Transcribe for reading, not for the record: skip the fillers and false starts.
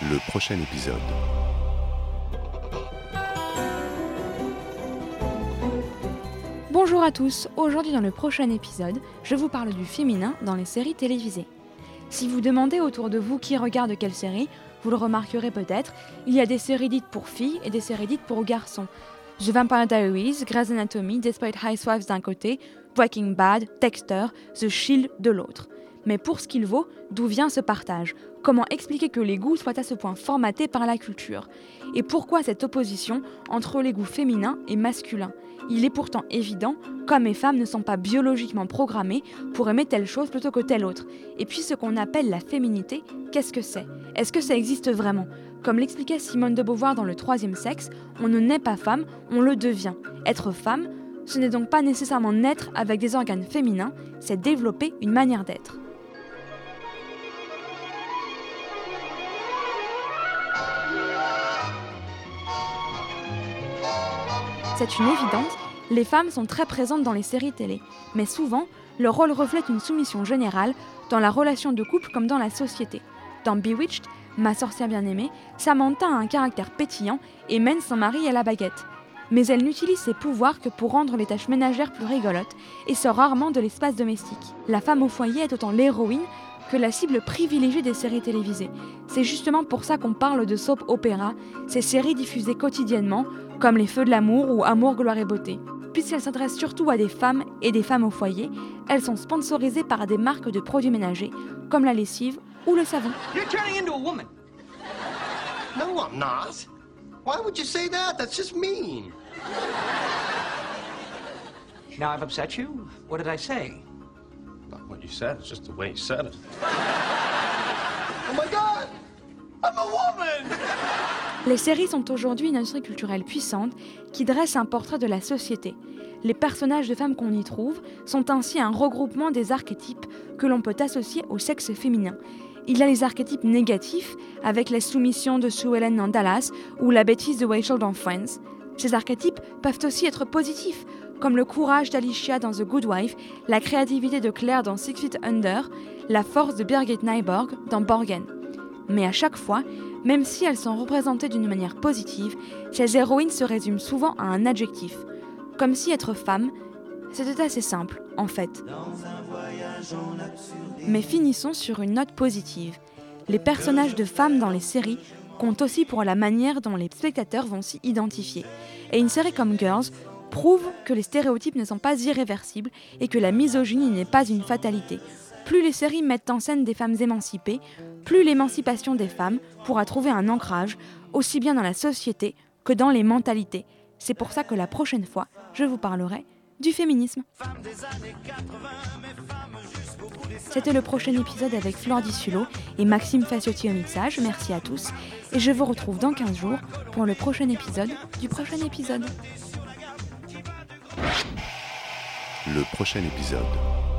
Le prochain épisode. Bonjour à tous, aujourd'hui dans le prochain épisode, je vous parle du féminin dans les séries télévisées. Si vous demandez autour de vous qui regarde quelle série, vous le remarquerez peut-être, il y a des séries dites pour filles et des séries dites pour garçons. The Vampire Diaries, Grey's Anatomy, Desperate Housewives d'un côté, Breaking Bad, Dexter, The Shield de l'autre. Mais pour ce qu'il vaut, d'où vient ce partage ? Comment expliquer que les goûts soient à ce point formatés par la culture ? Et pourquoi cette opposition entre les goûts féminins et masculins ? Il est pourtant évident qu'hommes et femmes ne sont pas biologiquement programmés pour aimer telle chose plutôt que telle autre. Et puis ce qu'on appelle la féminité, qu'est-ce que c'est ? Est-ce que ça existe vraiment ? Comme l'expliquait Simone de Beauvoir dans Le Troisième Sexe, on ne naît pas femme, on le devient. Être femme, ce n'est donc pas nécessairement naître avec des organes féminins, c'est développer une manière d'être. C'est une évidence, les femmes sont très présentes dans les séries télé, mais souvent, leur rôle reflète une soumission générale dans la relation de couple comme dans la société. Dans Bewitched, Ma sorcière bien-aimée, Samantha a un caractère pétillant et mène son mari à la baguette. Mais elle n'utilise ses pouvoirs que pour rendre les tâches ménagères plus rigolotes et sort rarement de l'espace domestique. La femme au foyer est autant l'héroïne que la cible privilégiée des séries télévisées. C'est justement pour ça qu'on parle de soap opéra, ces séries diffusées quotidiennement, comme Les Feux de l'amour ou Amour, gloire et beauté. Puisqu'elles s'adressent surtout à des femmes et des femmes au foyer, elles sont sponsorisées par des marques de produits ménagers, comme la lessive ou le savon. You're turning into a woman. No, I'm not. Why would you say that? That's just mean. Now I've upset you? What did I say? Not what you said, it's just the way you said it. Oh my God! I'm a woman! Les séries sont aujourd'hui une industrie culturelle puissante qui dresse un portrait de la société. Les personnages de femmes qu'on y trouve sont ainsi un regroupement des archétypes que l'on peut associer au sexe féminin. Il y a les archétypes négatifs, avec la soumission de Sue Ellen dans Dallas ou la bêtise de Rachel dans Friends. Ces archétypes peuvent aussi être positifs, comme le courage d'Alicia dans The Good Wife, la créativité de Claire dans Six Feet Under, la force de Birgit Nyborg dans Borgen. Mais à chaque fois, même si elles sont représentées d'une manière positive, ces héroïnes se résument souvent à un adjectif. Comme si être femme, c'était assez simple, en fait. Mais finissons sur une note positive. Les personnages de femmes dans les séries comptent aussi pour la manière dont les spectateurs vont s'y identifier. Et une série comme Girls prouve que les stéréotypes ne sont pas irréversibles et que la misogynie n'est pas une fatalité. Plus les séries mettent en scène des femmes émancipées, plus l'émancipation des femmes pourra trouver un ancrage, aussi bien dans la société que dans les mentalités. C'est pour ça que la prochaine fois, je vous parlerai du féminisme. C'était le prochain épisode avec Flore Dissulot et Maxime Faciotti au mixage. Merci à tous. Et je vous retrouve dans 15 jours pour le prochain épisode du prochain épisode. Le prochain épisode.